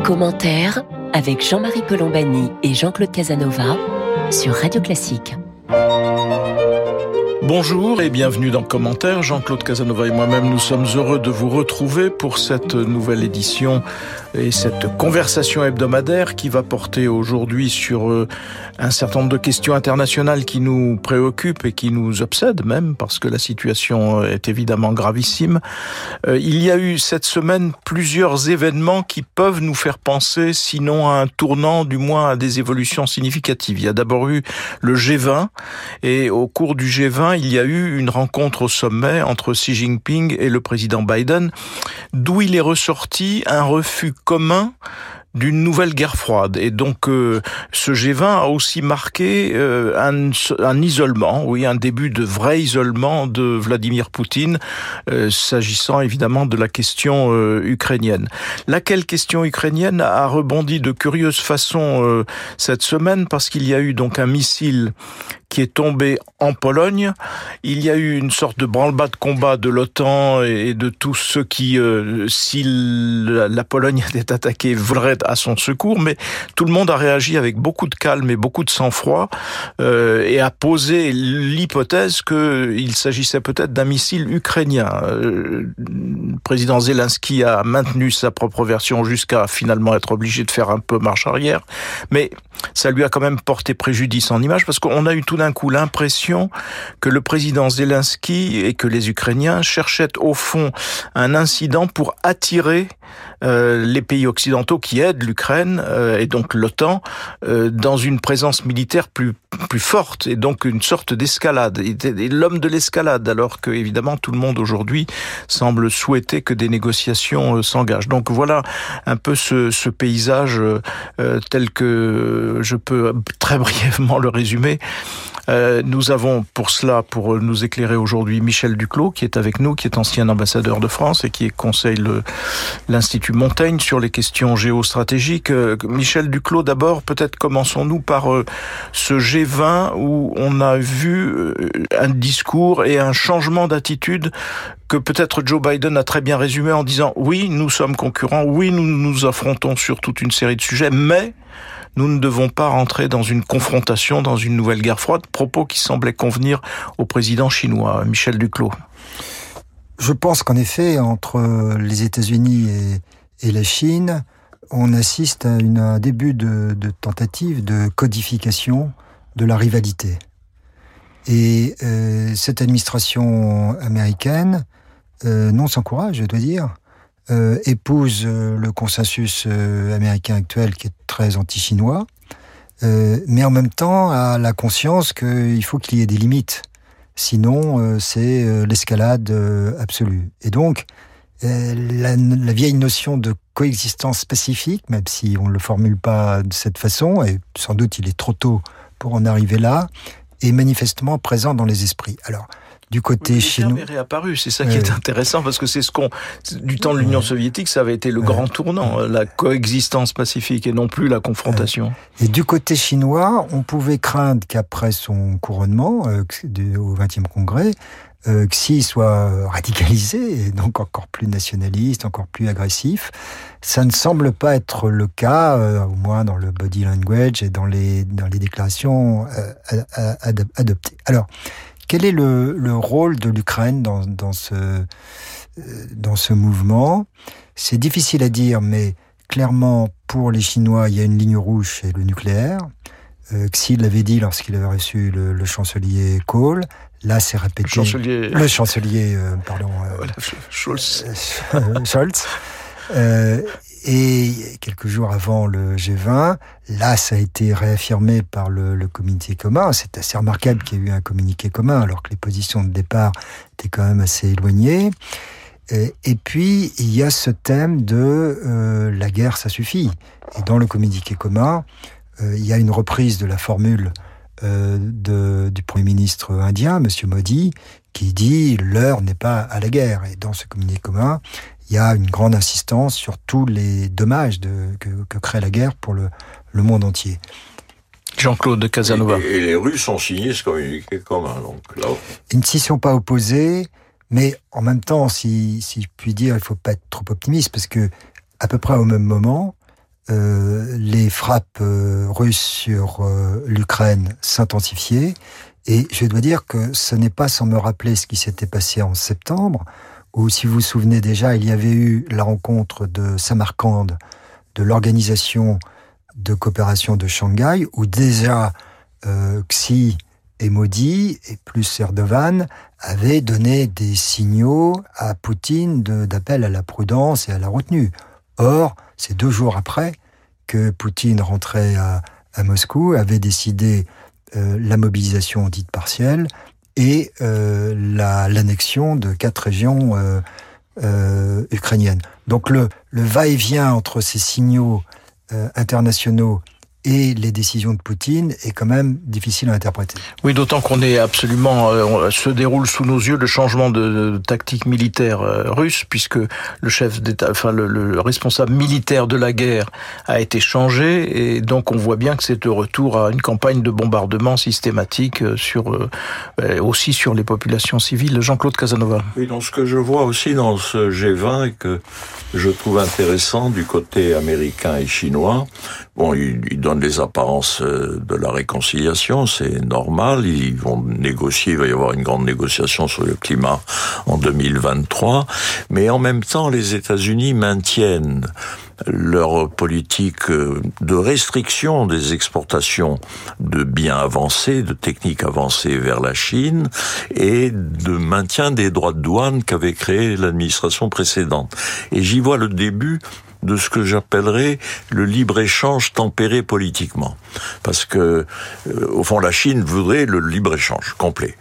Commentaire avec Jean-Marie Pelombani et Jean-Claude Casanova sur Radio Classique. Bonjour et bienvenue dans Commentaire. Jean-Claude Casanova et moi-même, nous sommes heureux de vous retrouver pour cette nouvelle édition et cette conversation hebdomadaire qui va porter aujourd'hui sur un certain nombre de questions internationales qui nous préoccupent et qui nous obsèdent même, parce que la situation est évidemment gravissime. Il y a eu cette semaine plusieurs événements qui peuvent nous faire penser, sinon à un tournant, du moins à des évolutions significatives. Il y a d'abord eu le G20, et au cours du G20, il y a eu une rencontre au sommet entre Xi Jinping et le président Biden, d'où il est ressorti un refus commun d'une nouvelle guerre froide. Et donc ce G20 a aussi marqué un isolement, oui, un début de vrai isolement de Vladimir Poutine, s'agissant évidemment de la question ukrainienne. Laquelle question ukrainienne a rebondi de curieuse façon cette semaine, parce qu'il y a eu donc un missile qui est tombé en Pologne. Il y a eu une sorte de branle-bas de combat de l'OTAN et de tous ceux qui, si la Pologne était attaquée, voleraient à son secours, mais tout le monde a réagi avec beaucoup de calme et beaucoup de sang-froid et a posé l'hypothèse qu'il s'agissait peut-être d'un missile ukrainien. Le président Zelensky a maintenu sa propre version jusqu'à finalement être obligé de faire un peu marche arrière, mais ça lui a quand même porté préjudice en image, parce qu'on a eu tout d'un coup l'impression que le président Zelensky et que les Ukrainiens cherchaient au fond un incident pour attirer les pays occidentaux qui aident l'Ukraine et donc l'OTAN dans une présence militaire plus forte, et donc une sorte d'escalade. Il était l'homme de l'escalade, alors que évidemment tout le monde aujourd'hui semble souhaiter que des négociations s'engagent. Donc voilà un peu ce paysage tel que je peux très brièvement le résumer. Nous avons pour cela, pour nous éclairer aujourd'hui, Michel Duclos, qui est avec nous, qui est ancien ambassadeur de France et qui conseille l'Institut Montaigne sur les questions géostratégiques. Michel Duclos, d'abord, peut-être commençons-nous par ce G20 où on a vu un discours et un changement d'attitude que peut-être Joe Biden a très bien résumé en disant « Oui, nous sommes concurrents, oui, nous nous affrontons sur toute une série de sujets, mais nous ne devons pas rentrer dans une confrontation, dans une nouvelle guerre froide », propos qui semblaient convenir au président chinois. Michel Duclos. Je pense qu'en effet, entre les États-Unis et la Chine, on assiste à un début de tentative de codification de la rivalité. Et cette administration américaine, non sans courage, je dois dire, épouse le consensus américain actuel qui est très anti-chinois, mais en même temps a la conscience qu'il faut qu'il y ait des limites. Sinon, c'est l'escalade absolue. Et donc, la vieille notion de coexistence pacifique, même si on ne le formule pas de cette façon, et sans doute il est trop tôt pour en arriver là, est manifestement présent dans les esprits. Alors, du côté chinois, est réapparu, c'est ça qui est intéressant, parce que c'est du temps de l'Union soviétique, ça avait été le grand tournant, la coexistence pacifique et non plus la confrontation. Et du côté chinois, on pouvait craindre qu'après son couronnement au 20e congrès, Xi soit radicalisé, et donc encore plus nationaliste, encore plus agressif. Ça ne semble pas être le cas, au moins dans le body language et dans les déclarations adoptées. Alors, quel est le rôle de l'Ukraine dans ce mouvement ? C'est difficile à dire, mais clairement, pour les Chinois, il y a une ligne rouge, c'est le nucléaire. Xi l'avait dit lorsqu'il avait reçu le chancelier Kohl. Là, c'est répété. Le chancelier, Scholz. Scholz. Et quelques jours avant le G20, là, ça a été réaffirmé par le communiqué commun. C'est assez remarquable qu'il y ait eu un communiqué commun, alors que les positions de départ étaient quand même assez éloignées. Et puis, il y a ce thème de la guerre, ça suffit. Et dans le communiqué commun, il y a une reprise de la formule du Premier ministre indien, M. Modi, qui dit « l'heure n'est pas à la guerre ». Et dans ce communiqué commun, il y a une grande insistance sur tous les dommages que crée la guerre pour le monde entier. Jean-Claude Casanova. Et les Russes ont signé ce communiqué commun. Donc là... Ils ne s'y sont pas opposés, mais en même temps, si je puis dire, il ne faut pas être trop optimiste, parce que à peu près au même moment, les frappes russes sur l'Ukraine s'intensifiaient. Et je dois dire que ce n'est pas sans me rappeler ce qui s'était passé en septembre, où, si vous vous souvenez déjà, il y avait eu la rencontre de Samarcande, de l'Organisation de coopération de Shanghai, où déjà Xi et Modi, et plus Erdogan, avaient donné des signaux à Poutine d'appel à la prudence et à la retenue. Or, c'est 2 jours après que Poutine rentrait à Moscou, avait décidé la mobilisation dite partielle et l'annexion de 4 régions ukrainiennes. Donc le va-et-vient entre ces signaux internationaux et les décisions de Poutine est quand même difficile à interpréter. Oui, d'autant qu'on est absolument, se déroule sous nos yeux le changement de tactique militaire russe, puisque le chef d'État, enfin le responsable militaire de la guerre a été changé, et donc on voit bien que c'est le retour à une campagne de bombardement systématique aussi sur les populations civiles. Jean-Claude Casanova. Oui, donc ce que je vois aussi dans ce G20 et que je trouve intéressant du côté américain et chinois, bon, ils donnent les apparences de la réconciliation, c'est normal, ils vont négocier, il va y avoir une grande négociation sur le climat en 2023, mais en même temps, les États-Unis maintiennent leur politique de restriction des exportations de biens avancés, de techniques avancées vers la Chine et de maintien des droits de douane qu'avait créé l'administration précédente. Et j'y vois le début de ce que j'appellerais le libre-échange tempéré politiquement. Parce que, au fond, la Chine voudrait le libre-échange complet.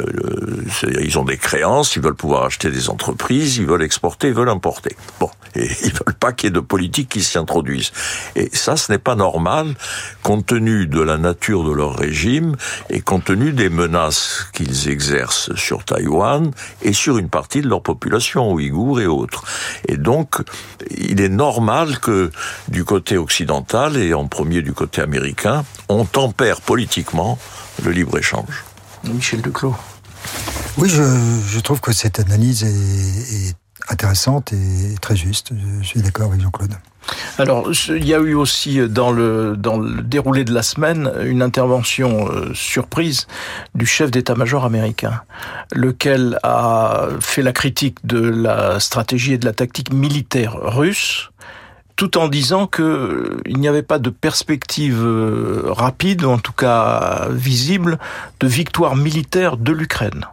Ils ont des créances, ils veulent pouvoir acheter des entreprises, ils veulent exporter, ils veulent importer. Bon, et ils veulent pas qu'il y ait de politique qui s'y introduise. Et ça, ce n'est pas normal, compte tenu de la nature de leur régime et compte tenu des menaces qu'ils exercent sur Taïwan et sur une partie de leur population, ouïghours et autres. Et donc, il est normal que du côté occidental et en premier du côté américain, on tempère politiquement le libre-échange. Michel Duclos. Oui, je trouve que cette analyse est intéressante et très juste. Je suis d'accord avec Jean-Claude. Alors, il y a eu aussi dans le déroulé de la semaine une intervention surprise du chef d'état-major américain, lequel a fait la critique de la stratégie et de la tactique militaire russe, tout en disant que il n'y avait pas de perspective rapide, ou en tout cas visible, de victoire militaire de l'Ukraine.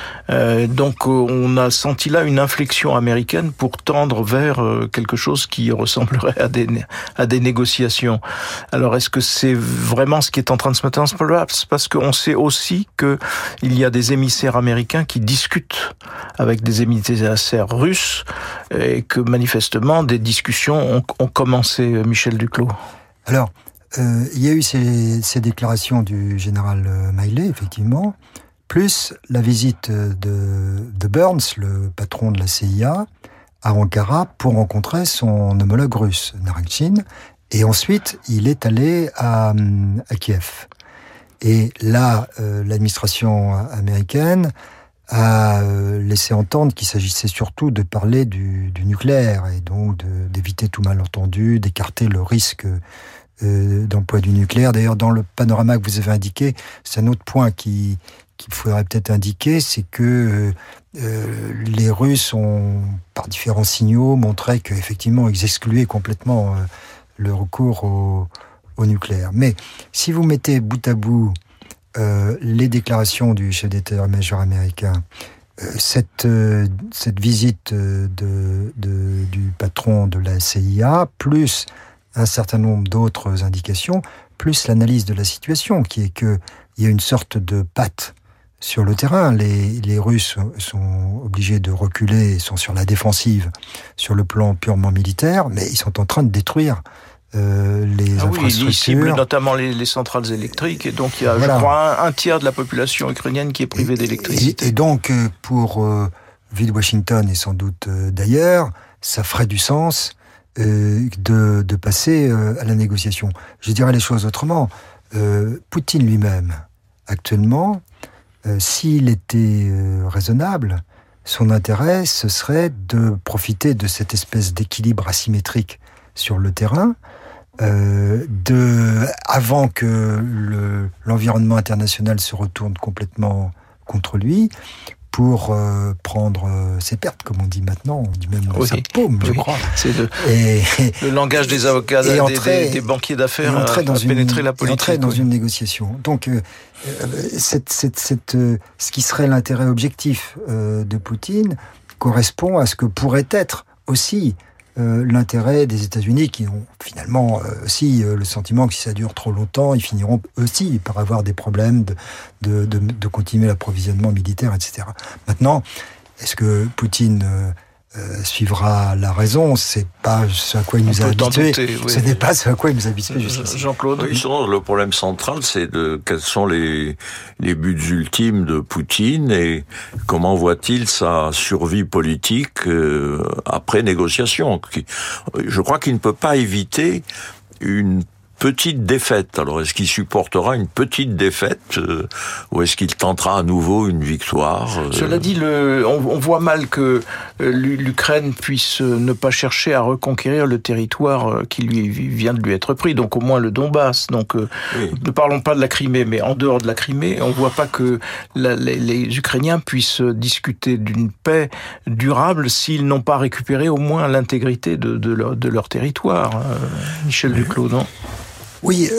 Donc on a senti là une inflexion américaine pour tendre vers quelque chose qui ressemblerait à des négociations. Alors est-ce que c'est vraiment ce qui est en train de se mettre en place? Parce qu'on sait aussi que il y a des émissaires américains qui discutent avec des émissaires russes et que manifestement des discussions ont commencé. Michel Duclos. Alors, il y a eu ces déclarations du général Milley, effectivement, plus la visite de Burns, le patron de la CIA, à Ankara pour rencontrer son homologue russe, Naryshkin, et ensuite il est allé à Kiev. Et là, l'administration américaine a laissé entendre qu'il s'agissait surtout de parler du nucléaire, et donc d'éviter tout malentendu, d'écarter le risque d'emploi du nucléaire. D'ailleurs, dans le panorama que vous avez indiqué, c'est un autre point qu'il faudrait peut-être indiquer, c'est que les Russes ont, par différents signaux, montré qu'effectivement, ils excluaient complètement le recours au nucléaire. Mais si vous mettez bout à bout les déclarations du chef d'état-major américain, cette visite du patron de la CIA, plus un certain nombre d'autres indications, plus l'analyse de la situation, qui est qu'il y a une sorte de patte sur le terrain. Les Russes sont obligés de reculer, sont sur la défensive sur le plan purement militaire, mais ils sont en train de détruire les infrastructures. Ils ciblent notamment les centrales électriques, et donc il y a, voilà, je crois, un tiers de la population ukrainienne qui est privée d'électricité. Et donc, pour vu de Washington et sans doute d'ailleurs, ça ferait du sens de passer à la négociation. Je dirais les choses autrement. Poutine lui-même, actuellement, s'il était raisonnable, son intérêt, ce serait de profiter de cette espèce d'équilibre asymétrique sur le terrain, avant que l'environnement international se retourne complètement contre lui, pour prendre ses pertes, comme on dit maintenant, on dit même sa paume, je crois. C'est le langage des avocats, des banquiers d'affaires a pénétré la politique. Entrer dans une négociation. Donc, ce qui serait l'intérêt objectif de Poutine correspond à ce que pourrait être aussi l'intérêt des États-Unis, qui ont finalement aussi le sentiment que si ça dure trop longtemps, ils finiront aussi par avoir des problèmes de continuer l'approvisionnement militaire, etc. Maintenant, est-ce que Poutine suivra la raison? C'est pas ce à quoi il nous a habitués. Ce n'est pas ce à quoi il nous a habitués jusqu'ici. Jean-Claude. Oui, le problème central, c'est quels sont les buts ultimes de Poutine et comment voit-il sa survie politique après négociation. Je crois qu'il ne peut pas éviter une petite défaite. Alors, est-ce qu'il supportera une petite défaite ou est-ce qu'il tentera à nouveau une victoire Cela dit, on voit mal que l'Ukraine puisse ne pas chercher à reconquérir le territoire qui lui vient de lui être pris, donc au moins le Donbass. Donc, ne parlons pas de la Crimée, mais en dehors de la Crimée, on voit pas que les Ukrainiens puissent discuter d'une paix durable s'ils n'ont pas récupéré au moins l'intégrité de leur territoire. Michel Duclos, non ? Oui,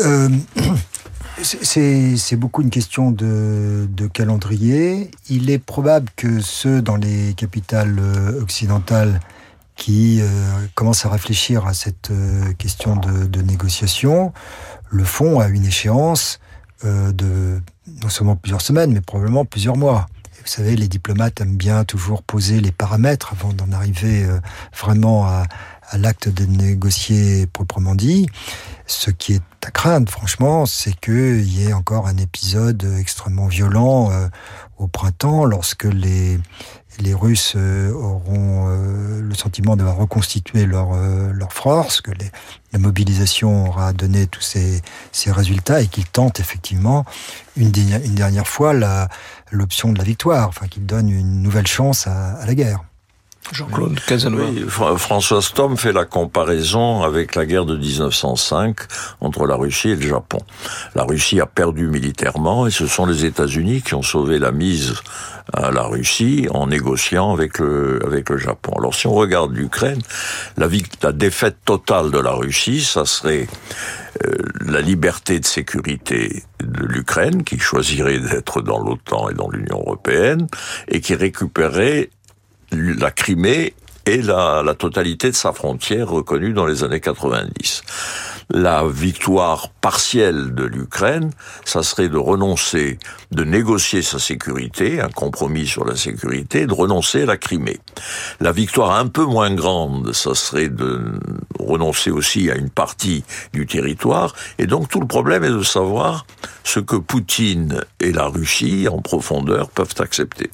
c'est beaucoup une question de calendrier. Il est probable que ceux dans les capitales occidentales qui commencent à réfléchir à cette question de négociation le font à une échéance de non seulement plusieurs semaines, mais probablement plusieurs mois. Vous savez, les diplomates aiment bien toujours poser les paramètres avant d'en arriver vraiment à l'acte de négocier proprement dit. Ce qui est à craindre, franchement, c'est qu'il y ait encore un épisode extrêmement violent au printemps, lorsque les Russes auront le sentiment d'avoir reconstitué leur force, que la mobilisation aura donné tous ces résultats et qu'ils tentent effectivement une dernière fois l'option de la victoire, enfin qu'ils donnent une nouvelle chance à la guerre. Jean-Claude Casanova. Oui, François Stom fait la comparaison avec la guerre de 1905 entre la Russie et le Japon. La Russie a perdu militairement et ce sont les États-Unis qui ont sauvé la mise à la Russie en négociant avec le Japon. Alors si on regarde l'Ukraine, la défaite totale de la Russie, ça serait la liberté de sécurité de l'Ukraine qui choisirait d'être dans l'OTAN et dans l'Union européenne et qui récupérerait la Crimée et la totalité de sa frontière reconnue dans les années 90. La victoire partielle de l'Ukraine, ça serait de négocier sa sécurité, un compromis sur la sécurité, de renoncer à la Crimée. La victoire un peu moins grande, ça serait de renoncer aussi à une partie du territoire. Et donc tout le problème est de savoir ce que Poutine et la Russie, en profondeur, peuvent accepter.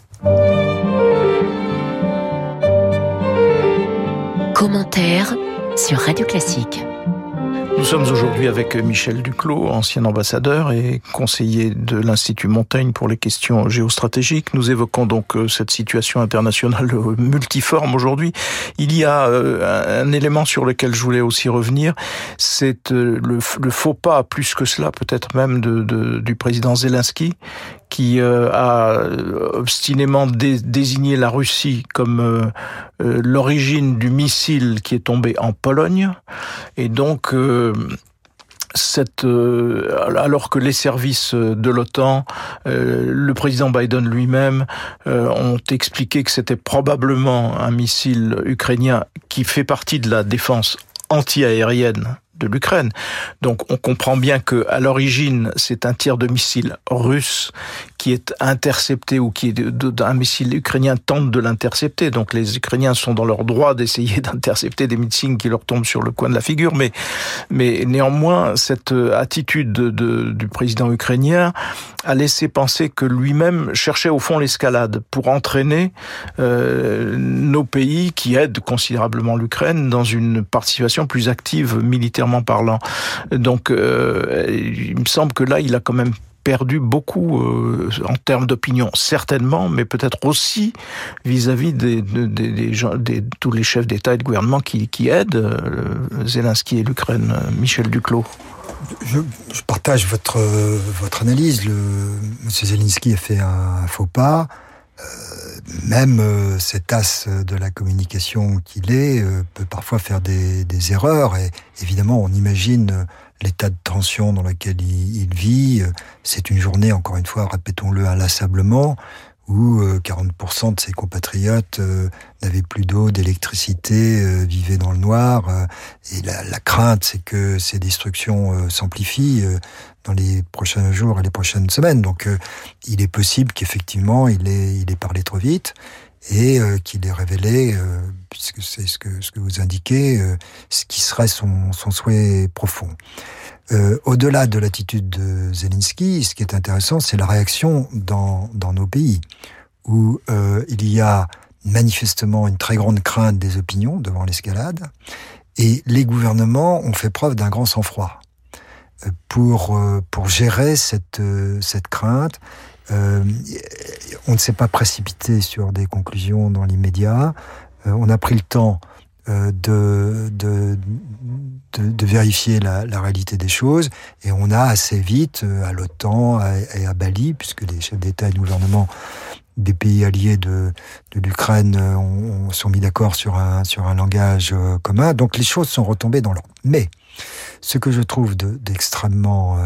Commentaire sur Radio Classique. Nous sommes aujourd'hui avec Michel Duclos, ancien ambassadeur et conseiller de l'Institut Montaigne pour les questions géostratégiques. Nous évoquons donc cette situation internationale multiforme aujourd'hui. Il y a un élément sur lequel je voulais aussi revenir, c'est le faux pas, plus que cela, peut-être même du président Zelensky, qui a obstinément désigné la Russie comme l'origine du missile qui est tombé en Pologne. Et donc, alors que les services de l'OTAN, le président Biden lui-même, ont expliqué que c'était probablement un missile ukrainien qui fait partie de la défense anti-aérienne de l'Ukraine. Donc on comprend bien que à l'origine, c'est un tir de missile russe qui est intercepté ou qui est un missile ukrainien tente de l'intercepter. Donc les Ukrainiens sont dans leur droit d'essayer d'intercepter des missiles qui leur tombent sur le coin de la figure, mais néanmoins cette attitude du président ukrainien a laissé penser que lui-même cherchait au fond l'escalade pour entraîner nos pays qui aident considérablement l'Ukraine dans une participation plus active militairement parlant. Donc il me semble que là il a quand même perdu beaucoup en termes d'opinion, certainement, mais peut-être aussi vis-à-vis des gens, tous les chefs d'État et de gouvernement qui aident Zelensky et l'Ukraine. Michel Duclos. Je partage votre analyse. M. Zelensky a fait un faux pas. Même cet as de la communication qu'il est peut parfois faire des erreurs. Et évidemment, on imagine l'état de tension dans lequel il vit. C'est une journée, encore une fois, répétons-le inlassablement, où 40% de ses compatriotes n'avaient plus d'eau, d'électricité, vivaient dans le noir. Et la crainte, c'est que ces destructions s'amplifient dans les prochains jours et les prochaines semaines. Donc, il est possible qu'effectivement, il ait parlé trop vite et qu'il ait révélé, puisque c'est ce que vous indiquez, ce qui serait son souhait profond. Au-delà de l'attitude de Zelensky, ce qui est intéressant, c'est la réaction dans nos pays, où il y a manifestement une très grande crainte des opinions devant l'escalade, et les gouvernements ont fait preuve d'un grand sang-froid pour gérer cette crainte. On ne s'est pas précipité sur des conclusions dans l'immédiat. On a pris le temps de vérifier la réalité des choses, et on a assez vite, à l'OTAN et à Bali, puisque les chefs d'État et de gouvernement des pays alliés de l'Ukraine sont mis d'accord sur un langage commun. Donc les choses sont retombées dans l'ordre. Mais ce que je trouve d'extrêmement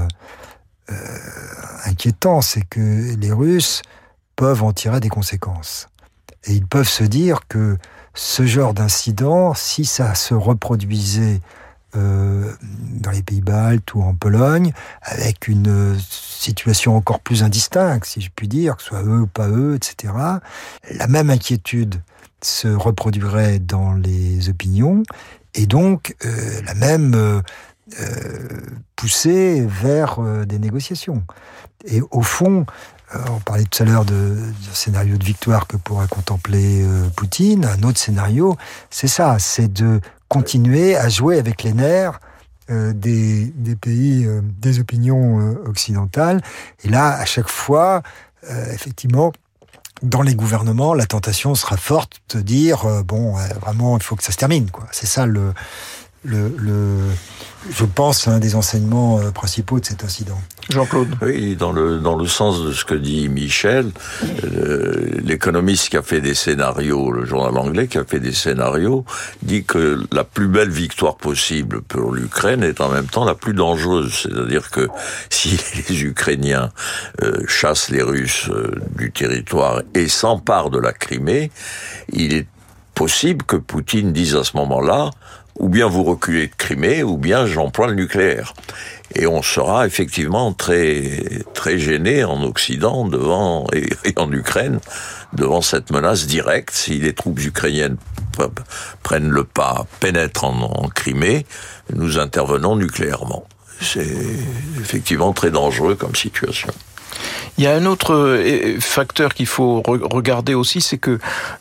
inquiétant, c'est que les Russes peuvent en tirer des conséquences. Et ils peuvent se dire que ce genre d'incident, si ça se reproduisait dans les pays baltes ou en Pologne, avec une situation encore plus indistincte, si je puis dire, que ce soit eux ou pas eux, etc., la même inquiétude se reproduirait dans les opinions, et donc la même poussée vers des négociations. Et au fond, on parlait tout à l'heure du scénario de victoire que pourrait contempler Poutine. Un autre scénario, c'est ça, c'est de continuer à jouer avec les nerfs des pays, des opinions occidentales. Et là, à chaque fois, effectivement, dans les gouvernements, la tentation sera forte de dire vraiment, il faut que ça se termine, quoi. C'est ça je pense, un des enseignements principaux de cet incident. Jean-Claude. Oui, dans le sens de ce que dit Michel, l'économiste qui a fait des scénarios, le journal anglais qui a fait des scénarios, dit que la plus belle victoire possible pour l'Ukraine est en même temps la plus dangereuse. C'est-à-dire que si les Ukrainiens chassent les Russes du territoire et s'emparent de la Crimée, il est possible que Poutine dise à ce moment-là: ou bien vous reculez de Crimée, ou bien j'emploie le nucléaire. Et on sera effectivement très très gêné en Occident devant et en Ukraine devant cette menace directe. Si les troupes ukrainiennes prennent le pas, pénètrent en Crimée, nous intervenons nucléairement. C'est effectivement très dangereux comme situation. Il y a un autre facteur qu'il faut regarder aussi, c'est que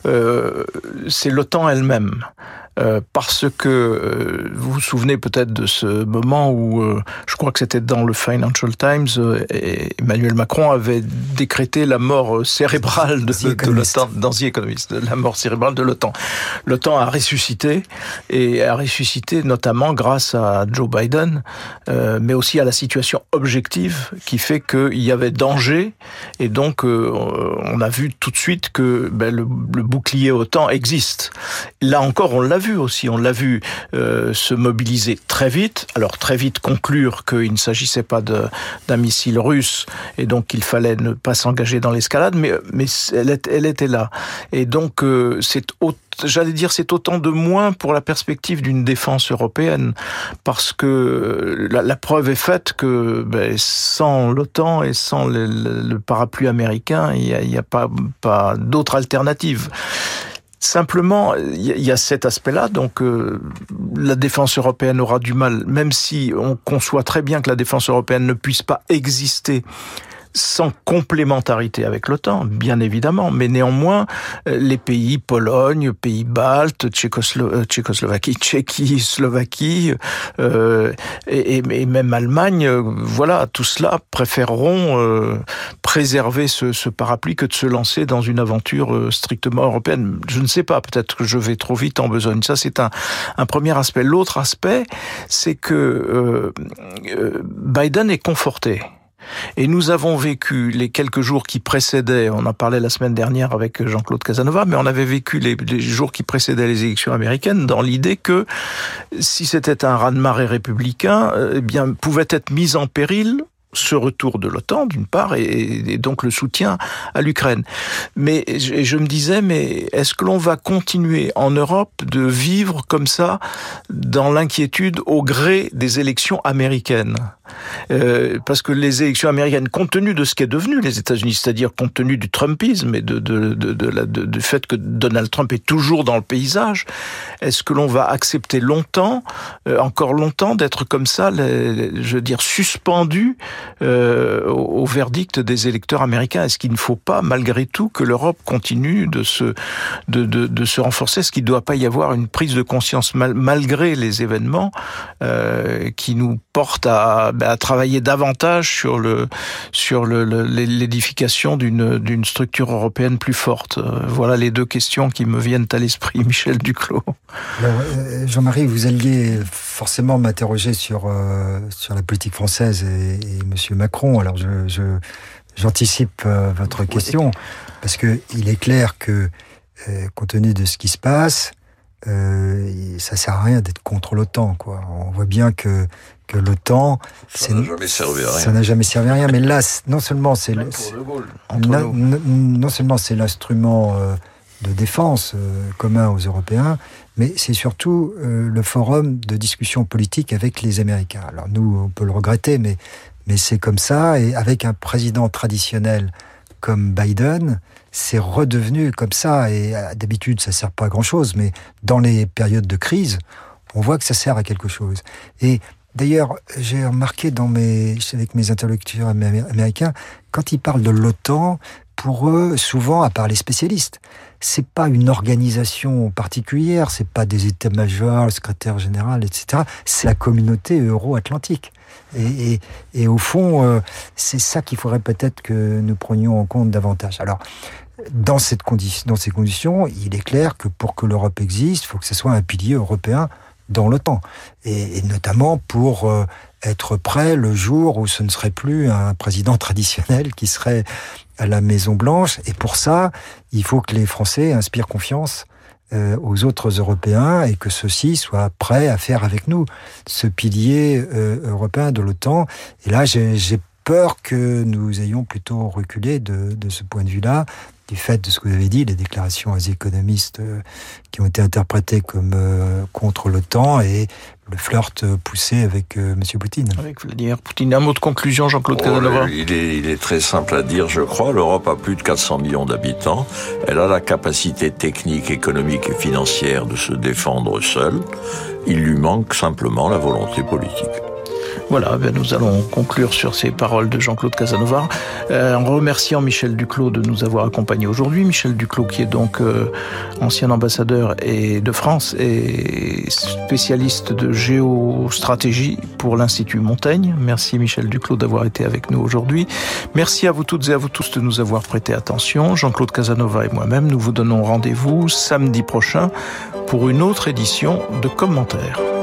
c'est l'OTAN elle-même. Parce que vous vous souvenez peut-être de ce moment où, je crois que c'était dans le Financial Times, Emmanuel Macron avait décrété la mort cérébrale de l'OTAN, dans The Economist, la mort cérébrale de l'OTAN. L'OTAN a ressuscité, et a ressuscité notamment grâce à Joe Biden, mais aussi à la situation objective qui fait qu'il y avait danger, et donc on a vu tout de suite que le bouclier OTAN existe. Là encore, on l'a vu aussi, on l'a vu se mobiliser très vite, alors très vite conclure qu'il ne s'agissait pas d'un missile russe, et donc qu'il fallait ne pas s'engager dans l'escalade, mais elle était là. Et donc c'est autant de moins pour la perspective d'une défense européenne, parce que la preuve est faite que sans l'OTAN et sans le parapluie américain, il y a pas d'autre alternative. Simplement, il y a cet aspect-là, donc la défense européenne aura du mal, même si on conçoit très bien que la défense européenne ne puisse pas exister sans complémentarité avec l'OTAN, bien évidemment, mais néanmoins, les pays Pologne, pays baltes, Tchécoslovaquie, Tchéquie, Slovaquie, et même Allemagne, voilà, tout cela préféreront préserver ce parapluie que de se lancer dans une aventure strictement européenne. Je ne sais pas, peut-être que je vais trop vite en besogne. Ça, c'est un premier aspect. L'autre aspect, c'est que Biden est conforté. Et nous avons vécu les quelques jours qui précédaient, on en parlait la semaine dernière avec Jean-Claude Casanova, mais on avait vécu les jours qui précédaient les élections américaines dans l'idée que si c'était un raz-de-marée républicain, eh bien, pouvait être mis en péril ce retour de l'OTAN, d'une part, et donc le soutien à l'Ukraine. Mais je me disais, mais est-ce que l'on va continuer en Europe de vivre comme ça, dans l'inquiétude au gré des élections américaines ? Parce que les élections américaines, compte tenu de ce qu'est devenu les États-Unis, c'est-à-dire compte tenu du Trumpisme et du fait que Donald Trump est toujours dans le paysage, est-ce que l'on va accepter longtemps, encore longtemps, d'être comme ça, je veux dire, suspendu au verdict des électeurs américains? Est-ce qu'il ne faut pas, malgré tout, que l'Europe continue de se renforcer? Est-ce qu'il ne doit pas y avoir une prise de conscience malgré les événements qui nous portent à travailler davantage sur l'édification d'une structure européenne plus forte? Voilà les deux questions qui me viennent à l'esprit, Michel Duclos. Alors, Jean-Marie, vous alliez forcément m'interroger sur la politique française et Monsieur Macron. Alors j'anticipe votre question, parce que il est clair que compte tenu de ce qui se passe, ça sert à rien d'être contre l'OTAN, quoi. On voit bien que l'OTAN, ça n'a jamais servi à rien. Ça n'a jamais servi à rien. Mais là, non seulement c'est l'instrument de défense commun aux Européens, mais c'est surtout le forum de discussion politique avec les Américains. Alors nous, on peut le regretter, mais c'est comme ça. Et avec un président traditionnel comme Biden, c'est redevenu comme ça. Et d'habitude, ça sert pas à grand-chose, mais dans les périodes de crise, on voit que ça sert à quelque chose. Et d'ailleurs, j'ai remarqué avec mes interlocuteurs américains, quand ils parlent de l'OTAN, pour eux, souvent, à part les spécialistes, c'est pas une organisation particulière, c'est pas des états-majors, le secrétaire général, etc. C'est la communauté euro-atlantique. Et au fond, c'est ça qu'il faudrait peut-être que nous prenions en compte davantage. Alors, dans ces conditions, il est clair que pour que l'Europe existe, il faut que ce soit un pilier européen dans l'OTAN. Et notamment pour être prêt le jour où ce ne serait plus un président traditionnel qui serait à la Maison-Blanche. Et pour ça, il faut que les Français inspirent confiance aux autres Européens et que ceux-ci soient prêts à faire avec nous ce pilier européen de l'OTAN. Et là, j'ai peur que nous ayons plutôt reculé de ce point de vue-là, du fait de ce que vous avez dit, les déclarations des économistes qui ont été interprétées comme contre l'OTAN et le flirt poussé avec M. Poutine. Avec Vladimir Poutine. Un mot de conclusion, Jean-Claude Casanova. Il est très simple à dire, je crois. L'Europe a plus de 400 millions d'habitants. Elle a la capacité technique, économique et financière de se défendre seule. Il lui manque simplement la volonté politique. Voilà, nous allons conclure sur ces paroles de Jean-Claude Casanova, en remerciant Michel Duclos de nous avoir accompagnés aujourd'hui. Michel Duclos, qui est donc ancien ambassadeur de France et spécialiste de géostratégie pour l'Institut Montaigne. Merci Michel Duclos d'avoir été avec nous aujourd'hui. Merci à vous toutes et à vous tous de nous avoir prêté attention. Jean-Claude Casanova et moi-même, nous vous donnons rendez-vous samedi prochain pour une autre édition de Commentaires.